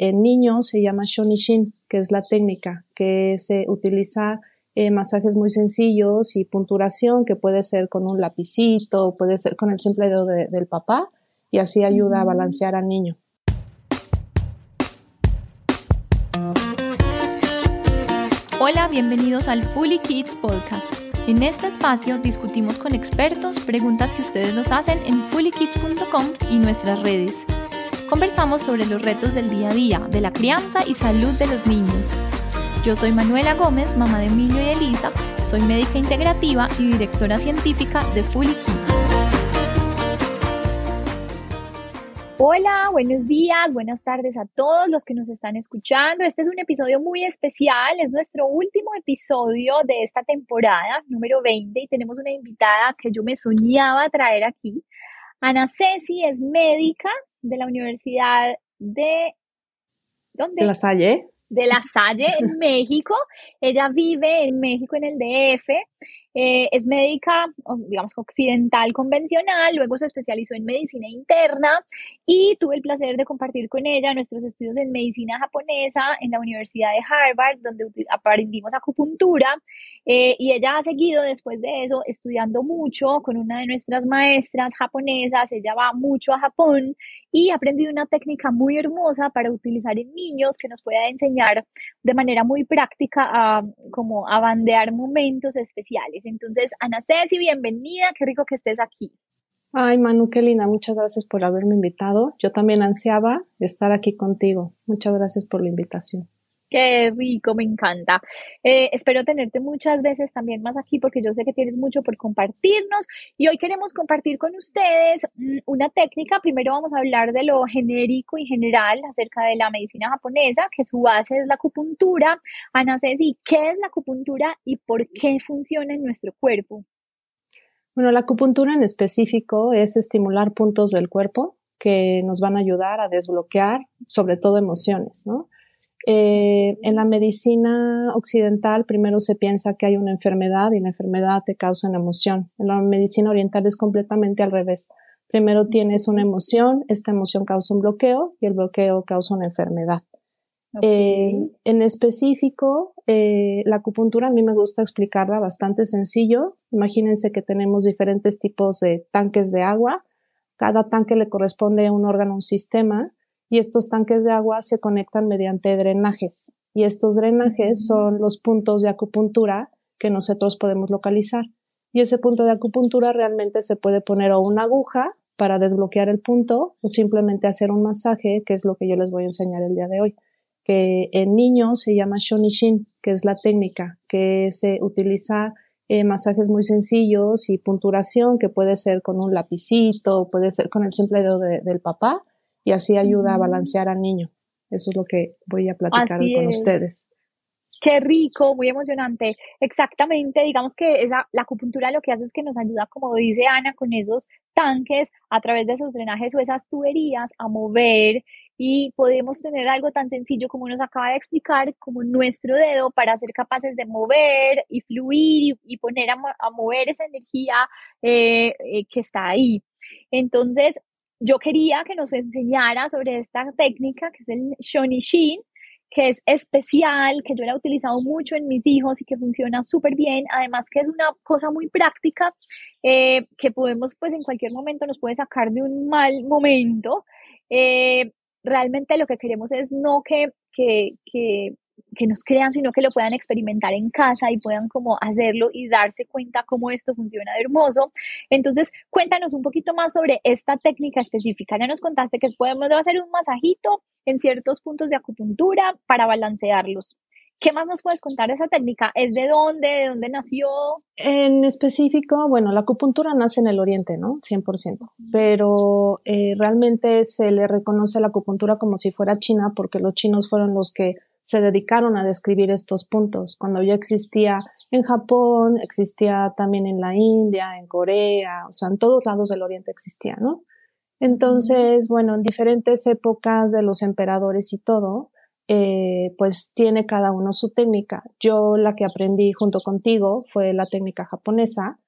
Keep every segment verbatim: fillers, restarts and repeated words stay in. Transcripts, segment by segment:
en niños se llama Shonishin, que es la técnica, que se utiliza eh, masajes muy sencillos y punturación, que puede ser con un lapicito, puede ser con el simple dedo de, del papá, y así ayuda a balancear al niño. Hola, bienvenidos al Fully Kids Podcast. En este espacio discutimos con expertos preguntas que ustedes nos hacen en fully kids punto com y nuestras redes. Conversamos sobre los retos del día a día, de la crianza y salud de los niños. Yo soy Manuela Gómez, mamá de Emilio y Elisa, soy médica integrativa y directora científica de Fully Kids. Hola, buenos días, buenas tardes a todos los que nos están escuchando. Este es un episodio muy especial, es nuestro último episodio de esta temporada, número veinte, y tenemos una invitada que yo me soñaba traer aquí. Ana Ceci es médica de la Universidad de... ¿Dónde? ¿De La Salle? De La Salle, en México. Ella vive en México, en el D F. Eh, es médica, digamos, occidental convencional, luego se especializó en medicina interna y tuve el placer de compartir con ella nuestros estudios en medicina japonesa en la Universidad de Harvard, donde aprendimos acupuntura, eh, y ella ha seguido después de eso estudiando mucho con una de nuestras maestras japonesas. Ella va mucho a Japón y ha aprendido una técnica muy hermosa para utilizar en niños que nos pueda enseñar de manera muy práctica a, como a bandear momentos especiales. Entonces, Ana Ceci, bienvenida, qué rico que estés aquí. Ay, Manu, qué linda, muchas gracias por haberme invitado. Yo también ansiaba estar aquí contigo. Muchas gracias por la invitación. Qué rico, me encanta. Eh, espero tenerte muchas veces también más aquí porque yo sé que tienes mucho por compartirnos y hoy queremos compartir con ustedes una técnica. Primero vamos a hablar de lo genérico y general acerca de la medicina japonesa, que su base es la acupuntura. Ana Ceci, ¿qué es la acupuntura y por qué funciona en nuestro cuerpo? Bueno, la acupuntura en específico es estimular puntos del cuerpo que nos van a ayudar a desbloquear, sobre todo emociones, ¿no? Eh, en la medicina occidental primero se piensa que hay una enfermedad y la enfermedad te causa una emoción. En la medicina oriental es completamente al revés. Primero tienes una emoción, esta emoción causa un bloqueo y el bloqueo causa una enfermedad. Okay. Eh, en específico, eh, la acupuntura a mí me gusta explicarla bastante sencillo. Imagínense que tenemos diferentes tipos de tanques de agua. Cada tanque le corresponde a un órgano, un sistema. Y estos tanques de agua se conectan mediante drenajes. Y estos drenajes son los puntos de acupuntura que nosotros podemos localizar. Y ese punto de acupuntura realmente se puede poner o una aguja para desbloquear el punto o simplemente hacer un masaje, que es lo que yo les voy a enseñar el día de hoy. Que en niños se llama Shonishin, que es la técnica, que se utiliza eh, masajes muy sencillos y punturación, que puede ser con un lapicito, puede ser con el simple dedo de, del papá, y así ayuda a balancear al niño. Eso es lo que voy a platicar Así hoy con es. ustedes. Qué rico, muy emocionante. Exactamente, digamos que esa, la acupuntura lo que hace es que nos ayuda, como dice Ana, con esos tanques, a través de esos drenajes o esas tuberías, a mover, y podemos tener algo tan sencillo como nos acaba de explicar, como nuestro dedo, para ser capaces de mover y fluir y, y poner a, a mover esa energía eh, eh, que está ahí. Entonces, yo quería que nos enseñara sobre esta técnica, que es el Shonishin, que es especial, que yo la he utilizado mucho en mis hijos y que funciona súper bien. Además que es una cosa muy práctica, eh, que podemos, pues en cualquier momento nos puede sacar de un mal momento. Eh, realmente lo que queremos es no que, que, que que nos crean, sino que lo puedan experimentar en casa y puedan como hacerlo y darse cuenta cómo esto funciona de hermoso. Entonces, cuéntanos un poquito más sobre esta técnica específica. Ya nos contaste que podemos hacer un masajito en ciertos puntos de acupuntura para balancearlos. ¿Qué más nos puedes contar de esa técnica? ¿Es de dónde? ¿De dónde nació? En específico, bueno, la acupuntura nace en el Oriente, ¿no? cien por ciento. Pero eh, realmente se le reconoce a la acupuntura como si fuera china, porque los chinos fueron los que se dedicaron a describir estos puntos. Cuando ya existía en Japón, existía también en la India, en Corea, o sea, en todos lados del Oriente existía, ¿no? Entonces, bueno, en diferentes épocas de los emperadores y todo, eh, pues tiene cada uno su técnica. Yo la que aprendí junto contigo fue la técnica japonesa,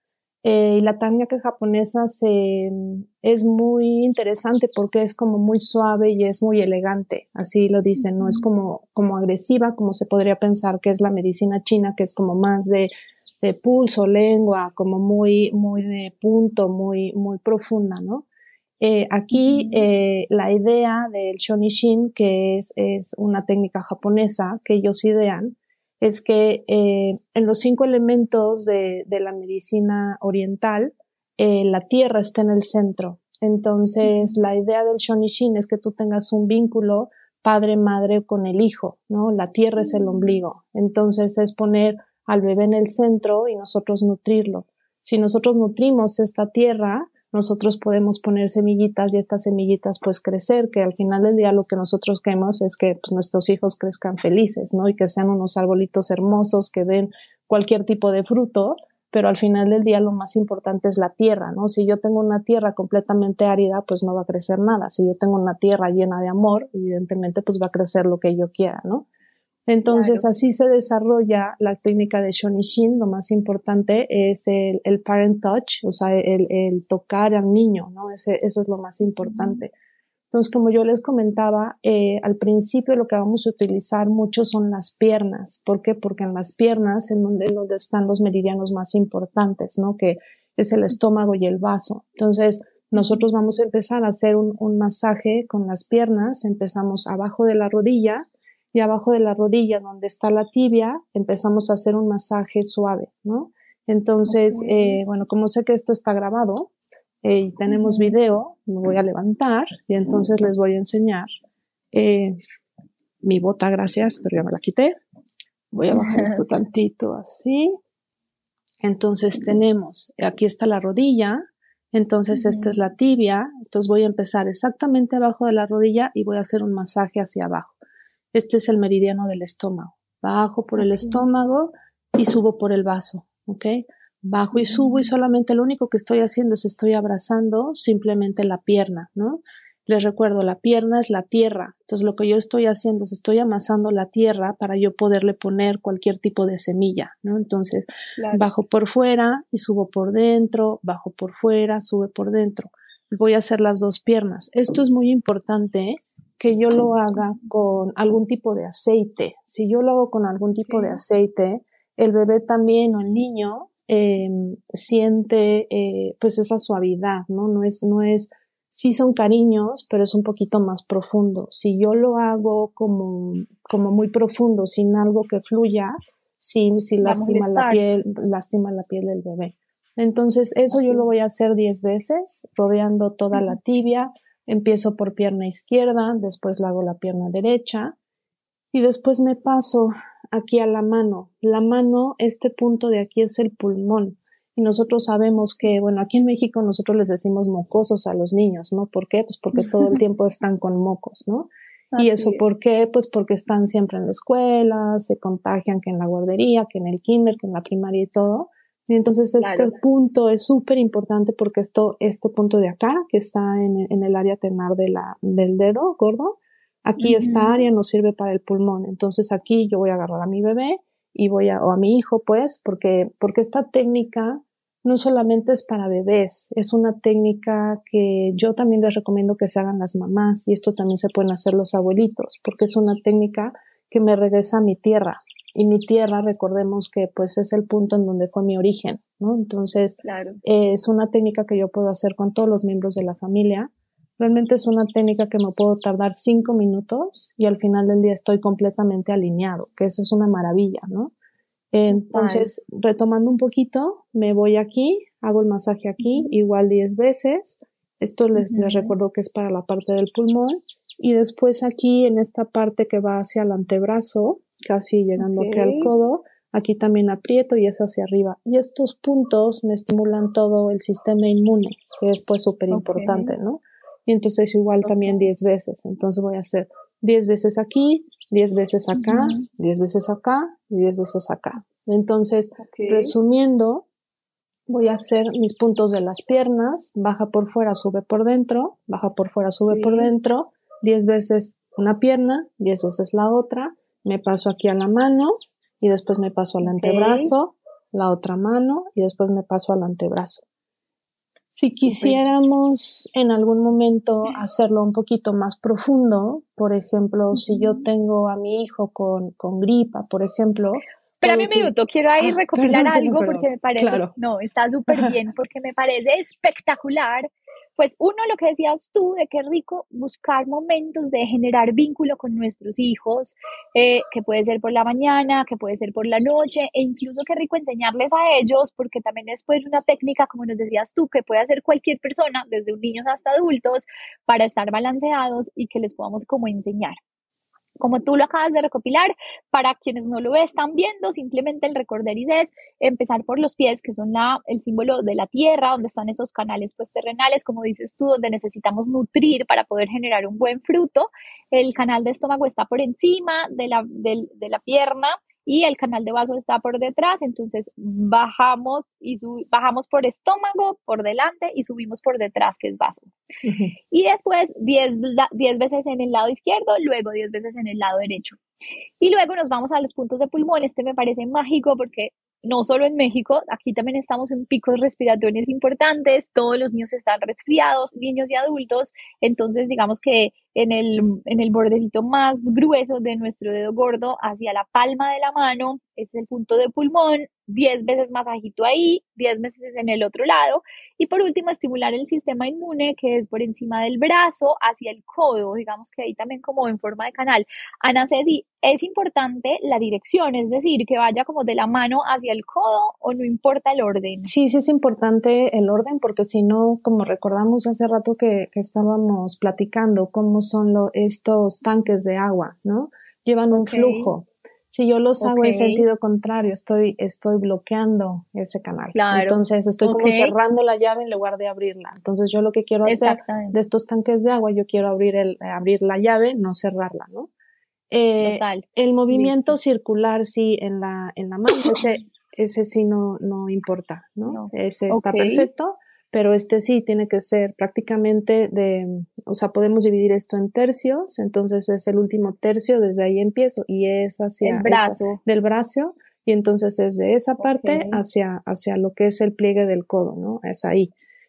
Eh, y la técnica japonesa se, es muy interesante porque es como muy suave y es muy elegante, así lo dicen, no es como, como agresiva, como se podría pensar que es la medicina china, que es como más de, de pulso, lengua, como muy, muy de punto, muy, muy profunda, ¿no? Eh, aquí Uh-huh. eh, la idea del Shonishin, que es, es una técnica japonesa que ellos idean, es que eh, en los cinco elementos de, de la medicina oriental, eh, la tierra está en el centro. Entonces, la idea del Shonishin es que tú tengas un vínculo padre-madre con el hijo, ¿no? La tierra es el ombligo. Entonces, es poner al bebé en el centro y nosotros nutrirlo. Si nosotros nutrimos esta tierra, nosotros podemos poner semillitas y estas semillitas pues crecer, que al final del día lo que nosotros queremos es que pues, nuestros hijos crezcan felices, ¿no? Y que sean unos arbolitos hermosos, que den cualquier tipo de fruto, pero al final del día lo más importante es la tierra, ¿no? Si yo tengo una tierra completamente árida, pues no va a crecer nada. Si yo tengo una tierra llena de amor, evidentemente pues va a crecer lo que yo quiera, ¿no? Entonces, claro, así se desarrolla la técnica de Shonishin. Lo más importante es el, el parent touch, o sea, el, el tocar al niño, ¿no? Ese, eso es lo más importante. Entonces, como yo les comentaba, eh, al principio lo que vamos a utilizar mucho son las piernas. ¿Por qué? Porque en las piernas es donde, donde están los meridianos más importantes, ¿no? Que es el estómago y el vaso. Entonces, nosotros vamos a empezar a hacer un, un masaje con las piernas. Empezamos abajo de la rodilla, y abajo de la rodilla, donde está la tibia, empezamos a hacer un masaje suave, ¿no? Entonces, okay. eh, bueno, como sé que esto está grabado eh, y tenemos uh-huh. video, me voy a levantar y entonces les voy a enseñar eh, mi bota, gracias, pero ya me la quité. Voy a bajar esto tantito así. Entonces tenemos, aquí está la rodilla, entonces uh-huh. esta es la tibia, entonces voy a empezar exactamente abajo de la rodilla y voy a hacer un masaje hacia abajo. Este es el meridiano del estómago. Bajo por el okay. estómago y subo por el vaso, ¿ok? Bajo y subo y solamente lo único que estoy haciendo es estoy abrazando simplemente la pierna, ¿no? Les recuerdo, la pierna es la tierra. Entonces lo que yo estoy haciendo es estoy amasando la tierra para yo poderle poner cualquier tipo de semilla, ¿no? Entonces claro. bajo por fuera y subo por dentro, bajo por fuera, sube por dentro. Voy a hacer las dos piernas. Esto es muy importante, ¿eh? Que yo lo haga con algún tipo de aceite. Si yo lo hago con algún tipo okay. de aceite, el bebé también o el niño eh, siente eh, pues esa suavidad, ¿no? No es, no es, sí son cariños, pero es un poquito más profundo. Si yo lo hago como, como muy profundo, sin algo que fluya, sí, sí lastima la piel, lastima la piel del bebé. Entonces, eso okay. yo lo voy a hacer diez veces, rodeando toda uh-huh. la tibia. Empiezo por pierna izquierda, después le hago la pierna derecha y después me paso aquí a la mano. La mano, este punto de aquí es el pulmón y nosotros sabemos que, bueno, aquí en México nosotros les decimos mocosos a los niños, ¿no? ¿Por qué? Pues porque todo el tiempo están con mocos, ¿no? Así ¿Y eso es. ¿Por qué? Pues porque están siempre en la escuela, se contagian que en la guardería, que en el kinder, que en la primaria y todo. Y entonces este claro. punto es súper importante porque esto, este punto de acá, que está en, en el área ternar de la, del dedo gordo, aquí uh-huh. esta área nos sirve para el pulmón. Entonces aquí yo voy a agarrar a mi bebé y voy a, o a mi hijo pues, porque, porque esta técnica no solamente es para bebés, es una técnica que yo también les recomiendo que se hagan las mamás y esto también se pueden hacer los abuelitos, porque es una técnica que me regresa a mi tierra. Y mi tierra, recordemos que pues es el punto en donde fue mi origen, ¿no? Entonces, claro. eh, es una técnica que yo puedo hacer con todos los miembros de la familia. Realmente es una técnica que me puedo tardar cinco minutos y al final del día estoy completamente alineado, que eso es una maravilla, ¿no? Eh, entonces, Ay. retomando un poquito, me voy aquí, hago el masaje aquí, uh-huh. igual diez veces. Esto les, uh-huh. les recuerdo que es para la parte del pulmón. Y después aquí, en esta parte que va hacia el antebrazo, casi llegando okay. aquí al codo, aquí también aprieto y es hacia arriba. Y estos puntos me estimulan todo el sistema inmune, que es pues súper importante, okay. ¿no? Y entonces igual okay. también diez veces. Entonces voy a hacer diez veces aquí, diez veces acá, uh-huh. diez veces acá y diez veces acá. Entonces, okay. resumiendo, voy a hacer mis puntos de las piernas, baja por fuera, sube por dentro, baja por fuera, sube sí. por dentro, diez veces una pierna, diez veces la otra, me paso aquí a la mano y después me paso al okay. antebrazo, la otra mano y después me paso al antebrazo. Si quisiéramos en algún momento hacerlo un poquito más profundo, por ejemplo, uh-huh. si yo tengo a mi hijo con, con gripa, por ejemplo. Espérame un minuto, quiero ahí ah, recopilar perdón, algo perdón, porque me parece, claro. no, está súper bien, porque me parece espectacular. Pues uno, lo que decías tú, de qué rico buscar momentos de generar vínculo con nuestros hijos, eh, que puede ser por la mañana, que puede ser por la noche, e incluso qué rico enseñarles a ellos, porque también es pues una técnica, como nos decías tú, que puede hacer cualquier persona, desde niños hasta adultos, para estar balanceados y que les podamos como enseñar. Como tú lo acabas de recopilar, para quienes no lo están viendo, simplemente el recorderis es empezar por los pies, que son la, el símbolo de la tierra, donde están esos canales pues terrenales, como dices tú, donde necesitamos nutrir para poder generar un buen fruto. El canal de estómago está por encima de la, de, de la pierna y el canal de vaso está por detrás, entonces bajamos y sub, bajamos por estómago, por delante y subimos por detrás, que es vaso. Uh-huh. Y después diez veces en el lado izquierdo, luego diez veces en el lado derecho. Y luego nos vamos a los puntos de pulmón. Este me parece mágico porque no solo en México, aquí también estamos en picos respiratorios importantes, todos los niños están resfriados, niños y adultos, entonces digamos que en el, en el bordecito más grueso de nuestro dedo gordo, hacia la palma de la mano, es el punto de pulmón, diez veces masajito ahí, diez veces en el otro lado, y por último estimular el sistema inmune, que es por encima del brazo hacia el codo, digamos que ahí también como en forma de canal. Ana Ceci, es importante la dirección, es decir, que vaya como de la mano hacia el codo, o no importa el orden. Sí, sí es importante el orden, porque si no, como recordamos hace rato que, que estábamos platicando, cómo son lo, estos tanques de agua, ¿no? Llevan un okay. flujo. Si yo los okay. hago en sentido contrario, estoy, estoy bloqueando ese canal. Claro. Entonces estoy okay. como cerrando la llave en lugar de abrirla. Entonces yo lo que quiero hacer de estos tanques de agua, yo quiero abrir, el, abrir la llave, no cerrarla, ¿no? Eh, Total. El movimiento Listo. circular, sí, en la, en la mano, ese, ese sí no, no importa, ¿no? no. Ese está okay. perfecto, pero este sí tiene que ser prácticamente de, o sea, podemos dividir esto en tercios, entonces es el último tercio, desde ahí empiezo, y es hacia el brazo. Esa, del brazo, y entonces es de esa parte okay. hacia, hacia lo que es el pliegue del codo, ¿no? Es ahí.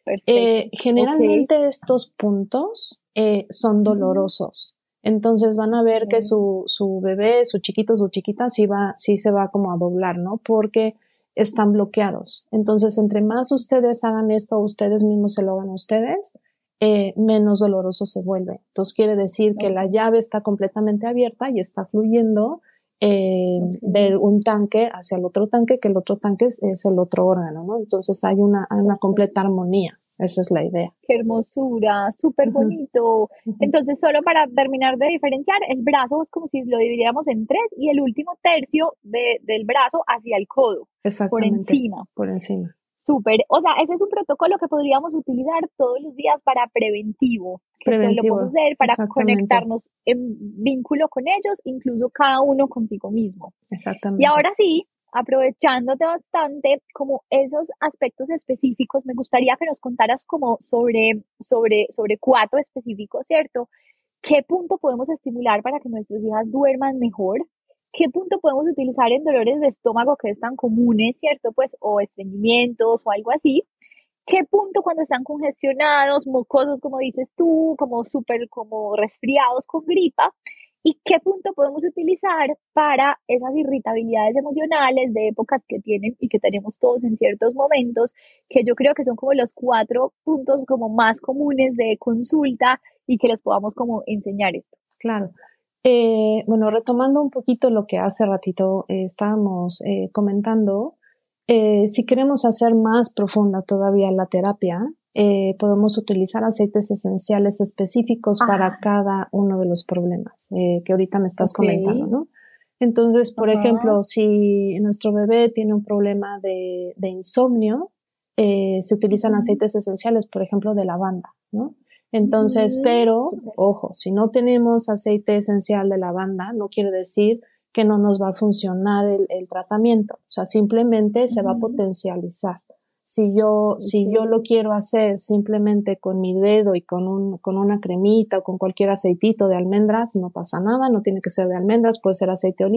Eh, generalmente okay. estos puntos eh, son dolorosos. Entonces van a ver que su, su bebé, su chiquito, su chiquita, sí, va, sí se va como a doblar, ¿no? Porque están bloqueados. Entonces, entre más ustedes hagan esto, ustedes mismos se lo hagan a ustedes, eh, menos doloroso se vuelve. Entonces, quiere decir okay. que la llave está completamente abierta y está fluyendo eh, okay. de un tanque hacia el otro tanque, que el otro tanque es, es el otro órgano, ¿no? Entonces, hay una, hay una completa armonía. Esa es la idea. Qué hermosura, súper bonito. Uh-huh. Entonces, solo para terminar de diferenciar, el brazo es como si lo dividiéramos en tres y el último tercio de, del brazo hacia el codo. Exactamente. Por encima. Por encima. Súper. O sea, ese es un protocolo que podríamos utilizar todos los días para preventivo. Que preventivo. Lo podemos hacer para conectarnos en vínculo con ellos, incluso cada uno consigo mismo. Exactamente. Y ahora sí, aprovechándote bastante como esos aspectos específicos, me gustaría que nos contaras como sobre, sobre, sobre cuatro específicos, ¿cierto? ¿Qué punto podemos estimular para que nuestras hijas duerman mejor? ¿Qué punto podemos utilizar en dolores de estómago que es tan comunes, ¿cierto? Pues, o estreñimientos o algo así. ¿Qué punto cuando están congestionados, mocosos, como dices tú, como súper, como resfriados con gripa? ¿Y qué punto podemos utilizar para esas irritabilidades emocionales de épocas que tienen y que tenemos todos en ciertos momentos, que yo creo que son como los cuatro puntos como más comunes de consulta y que les podamos como enseñar esto? Claro. Eh, bueno, retomando un poquito lo que hace ratito eh, estábamos eh, comentando, eh, si queremos hacer más profunda todavía la terapia, Eh, podemos utilizar aceites esenciales específicos ah. para cada uno de los problemas eh, que ahorita me estás okay. comentando, ¿no? Entonces, por uh-huh. ejemplo, si nuestro bebé tiene un problema de, de insomnio, eh, se utilizan uh-huh. aceites esenciales, por ejemplo, de lavanda, ¿no? Entonces, uh-huh. pero, Super. ojo, si no tenemos aceite esencial de lavanda, no quiere decir que no nos va a funcionar el, el tratamiento, o sea, simplemente uh-huh. se va a potencializar. Si yo, okay. si yo lo quiero hacer simplemente con mi dedo y con un, con una cremita o con cualquier aceitito de almendras, no pasa nada, no tiene que ser de almendras, puede ser aceite de oliva,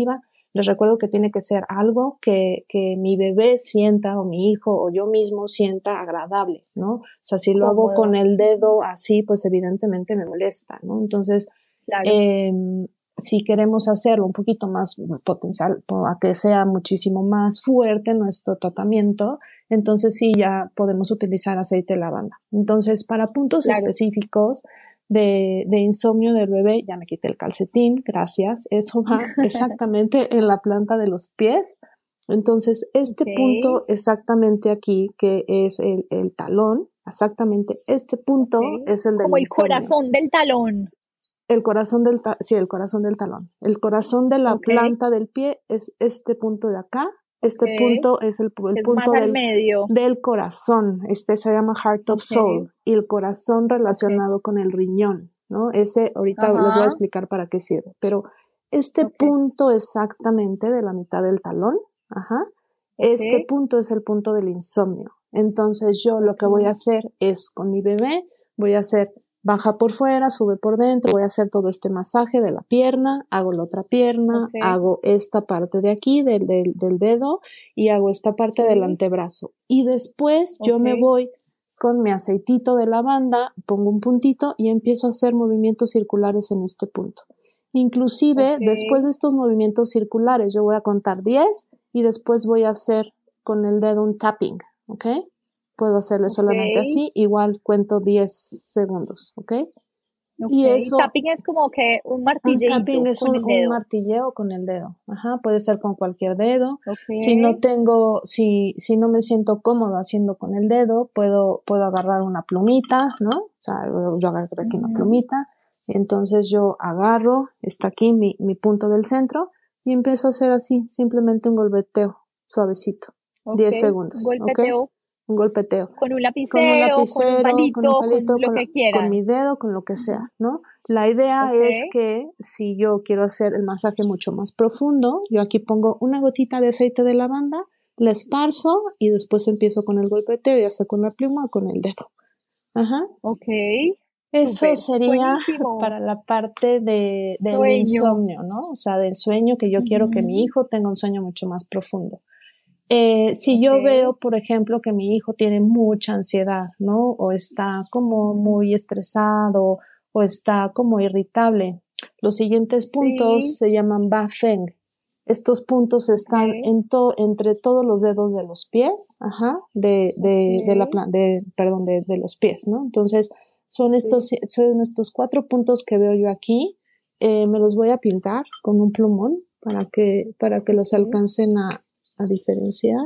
Les recuerdo que tiene que ser algo que, que mi bebé sienta o mi hijo o yo mismo sienta agradable, ¿no? O sea, si lo hago con el dedo así, pues evidentemente me molesta, ¿no? Entonces, claro. eh, si queremos hacerlo un poquito más potencial, a que sea muchísimo más fuerte nuestro tratamiento, entonces sí ya podemos utilizar aceite de lavanda. Entonces, para puntos claro. específicos de, de insomnio del bebé, ya me quité el calcetín, gracias, eso va exactamente en la planta de los pies. Entonces, este okay. punto exactamente aquí, que es el, el talón, exactamente este punto okay. es el del Como el insomnio. Corazón del talón. El corazón del ta- sí, el corazón del talón. El corazón de la okay. planta del pie es este punto de acá. Este okay. punto es el, el es punto más del, al medio. del corazón. Este se llama Heart of okay. Soul. Y el corazón relacionado okay. con el riñón, ¿no? Ese ahorita Ajá. les voy a explicar para qué sirve. Pero este okay. punto exactamente de la mitad del talón, ajá, okay. este punto es el punto del insomnio. Entonces yo lo que voy a hacer es con mi bebé, voy a hacer baja por fuera, sube por dentro, voy a hacer todo este masaje de la pierna, hago la otra pierna, okay. hago esta parte de aquí del, del, del dedo y hago esta parte sí. del antebrazo. Y después okay. yo me voy con mi aceitito de lavanda, pongo un puntito y empiezo a hacer movimientos circulares en este punto. Inclusive, okay. después de estos movimientos circulares, yo voy a contar diez y después voy a hacer con el dedo un tapping, ¿ok? Puedo hacerle okay. solamente así, igual cuento diez segundos, ¿ok? okay. Y eso, tapping es como que un martilleo. Un tapping es con un, el dedo. un martilleo con el dedo. Ajá, puede ser con cualquier dedo. Okay. Si no tengo, si, si no me siento cómoda haciendo con el dedo, puedo, puedo agarrar una plumita, ¿no? O sea, yo agarro aquí uh-huh. una plumita. Y entonces yo agarro, está aquí mi, mi punto del centro, y empiezo a hacer así, simplemente un golpeteo suavecito. Okay. diez segundos. Golpeteo. ¿Okay? Un golpeteo. Con un lapicero, con un, lapicero, con un palito, con, un palito, con lo con, que quieran. Con mi dedo, con lo que sea, ¿no? La idea okay. es que si yo quiero hacer el masaje mucho más profundo, yo aquí pongo una gotita de aceite de lavanda, la esparzo y después empiezo con el golpeteo, ya sea con la pluma o con el dedo. Ajá. Ok. Eso Super. sería Buenísimo. para la parte de, del sueño. insomnio, ¿no? O sea, del sueño, que yo uh-huh. quiero que mi hijo tenga un sueño mucho más profundo. Eh, si okay. yo veo, por ejemplo, que mi hijo tiene mucha ansiedad, ¿no? O está como muy estresado o está como irritable, los siguientes puntos sí. se llaman Ba Feng. Estos puntos están okay. en to, entre todos los dedos de los pies, ajá, de, de, okay. de la de, perdón, de, de los pies, ¿no? Entonces, son estos, sí. son estos cuatro puntos que veo yo aquí. Eh, me los voy a pintar con un plumón para que, para que los alcancen a a diferenciar.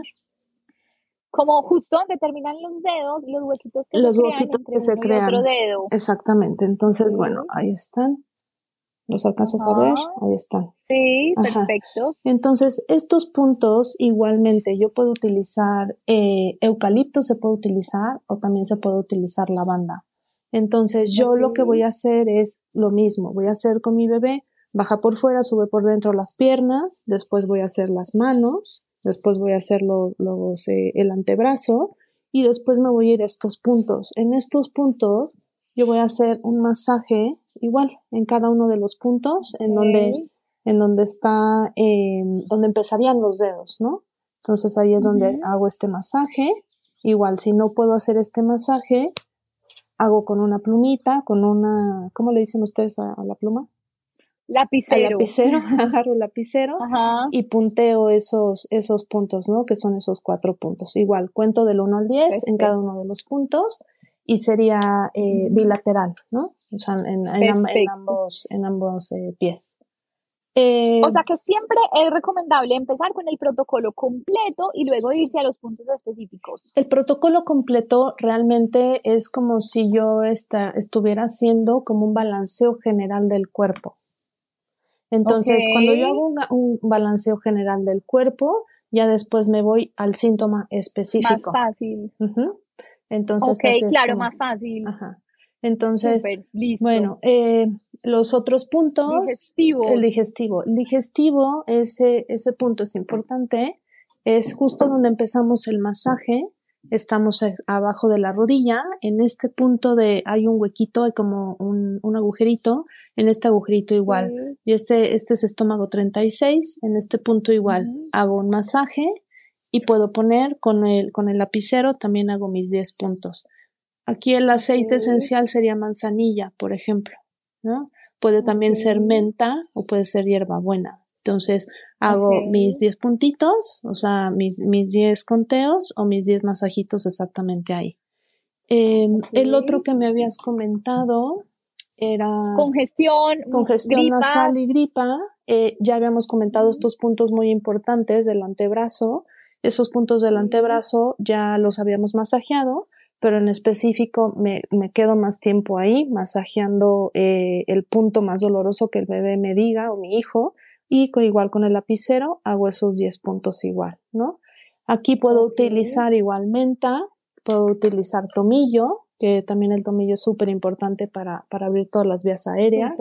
Como justo donde terminan los dedos, los huequitos que los se huequitos crean entre que se uno crean. y otro dedo. Exactamente. Entonces, sí. bueno, ahí están. ¿Los alcanzas Ajá. a ver? Ahí están. Sí, Ajá. perfectos. Entonces, estos puntos, igualmente, yo puedo utilizar eh, eucalipto, se puede utilizar, o también se puede utilizar lavanda. Entonces, yo okay. lo que voy a hacer es lo mismo. Voy a hacer con mi bebé, baja por fuera, sube por dentro las piernas, después voy a hacer las manos, después voy a hacer los, los, eh, el antebrazo y después me voy a ir a estos puntos. En estos puntos yo voy a hacer un masaje igual en cada uno de los puntos en okay. donde, en donde está, eh, donde empezarían los dedos, ¿no? Entonces ahí es uh-huh. donde hago este masaje. Igual, si no puedo hacer este masaje, hago con una plumita, con una, ¿cómo le dicen ustedes a, a la pluma? Lapicero. Al lapicero, agarro el lapicero Ajá. y punteo esos, esos puntos, ¿no? Que son esos cuatro puntos. Igual, cuento del uno al diez Perfecto. En cada uno de los puntos y sería eh, bilateral, ¿no? O sea, en, en, en ambos, en ambos eh, pies. Eh, o sea que siempre es recomendable empezar con el protocolo completo y luego irse a los puntos específicos. El protocolo completo realmente es como si yo esta, estuviera haciendo como un balanceo general del cuerpo. Entonces, okay. cuando yo hago un, un balanceo general del cuerpo, ya después me voy al síntoma específico. Más fácil. Uh-huh. Entonces, ok, así claro, es más fácil. Ajá. Entonces, Super, listo. bueno, eh, los otros puntos. Digestivos. El digestivo. El digestivo, ese, ese punto es importante. Es justo donde empezamos el masaje. estamos a, abajo de la rodilla. En este punto de hay un huequito, hay como un, un agujerito. En este agujerito igual. Sí. Y este, este es estómago treinta y seis. En este punto igual uh-huh. hago un masaje y puedo poner con el, con el lapicero, también hago mis diez puntos. Aquí el aceite okay. esencial sería manzanilla, por ejemplo, ¿no? Puede también okay. ser menta o puede ser hierbabuena. Entonces hago okay. mis diez puntitos, o sea, mis, mis diez conteos o mis diez masajitos exactamente ahí. Eh, okay. El otro que me habías comentado era congestión, congestión gripa. nasal y gripa. Eh, ya habíamos comentado uh-huh. estos puntos muy importantes del antebrazo. Esos puntos del uh-huh. antebrazo ya los habíamos masajeado, pero en específico me, me quedo más tiempo ahí masajeando eh, el punto más doloroso que el bebé me diga o mi hijo. Y con, igual con el lapicero hago esos diez puntos igual, ¿no? Aquí puedo okay. utilizar igual menta, puedo utilizar tomillo, que también el tomillo es súper importante para, para abrir todas las vías aéreas.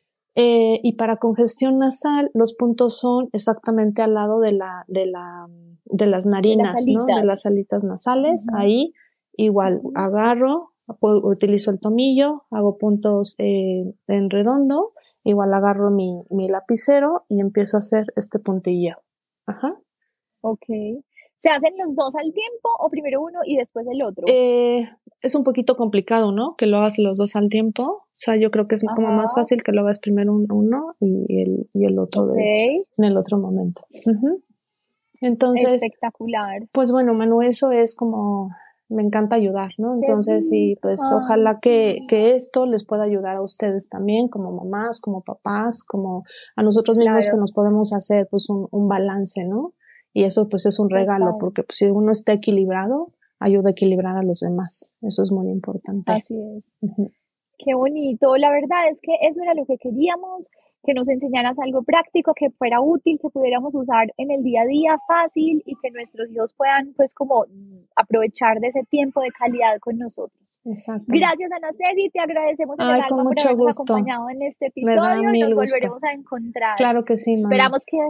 Eh, y para congestión nasal, los puntos son exactamente al lado de, la, de, la, de las narinas, de las ¿no? De las alitas nasales. Uh-huh. Ahí igual uh-huh. agarro, puedo, utilizo el tomillo, hago puntos eh, en redondo. Igual agarro mi, mi lapicero y empiezo a hacer este puntillo. Ajá. Ok. ¿Se hacen los dos al tiempo o primero uno y después el otro? Eh, es un poquito complicado, ¿no? Que lo hagas los dos al tiempo. O sea, yo creo que es Ajá. como más fácil que lo hagas primero uno y el, y el otro okay. de, en el otro momento. Uh-huh. Entonces. Espectacular. Pues bueno, Manu, eso es como. Me encanta ayudar, ¿no? Entonces, sí, pues Ay, ojalá que, que esto les pueda ayudar a ustedes también, como mamás, como papás, como a nosotros mismos claro. que nos podemos hacer pues un, un balance, ¿no? Y eso pues es un regalo, Total. Porque pues, si uno está equilibrado, ayuda a equilibrar a los demás. Eso es muy importante. Así es. Uh-huh. Qué bonito. La verdad es que eso era lo que queríamos, que nos enseñaras algo práctico, que fuera útil, que pudiéramos usar en el día a día fácil y que nuestros hijos puedan pues como aprovechar de ese tiempo de calidad con nosotros. Exacto. Gracias, Ana Ceci, te agradecemos en Ay, el alma por habernos gusto. acompañado en este episodio y nos volveremos gusto. a encontrar. Claro que sí, mamá. Esperamos que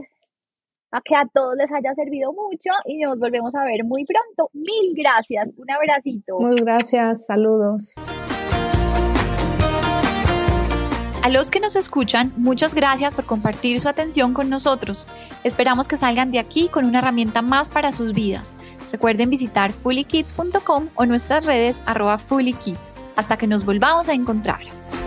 a que a todos les haya servido mucho y nos volvemos a ver muy pronto. Mil gracias, un abracito. Muy gracias, saludos. A los que nos escuchan, muchas gracias por compartir su atención con nosotros. Esperamos que salgan de aquí con una herramienta más para sus vidas. Recuerden visitar fully kids punto com o nuestras redes arroba fully kids. Hasta que nos volvamos a encontrar.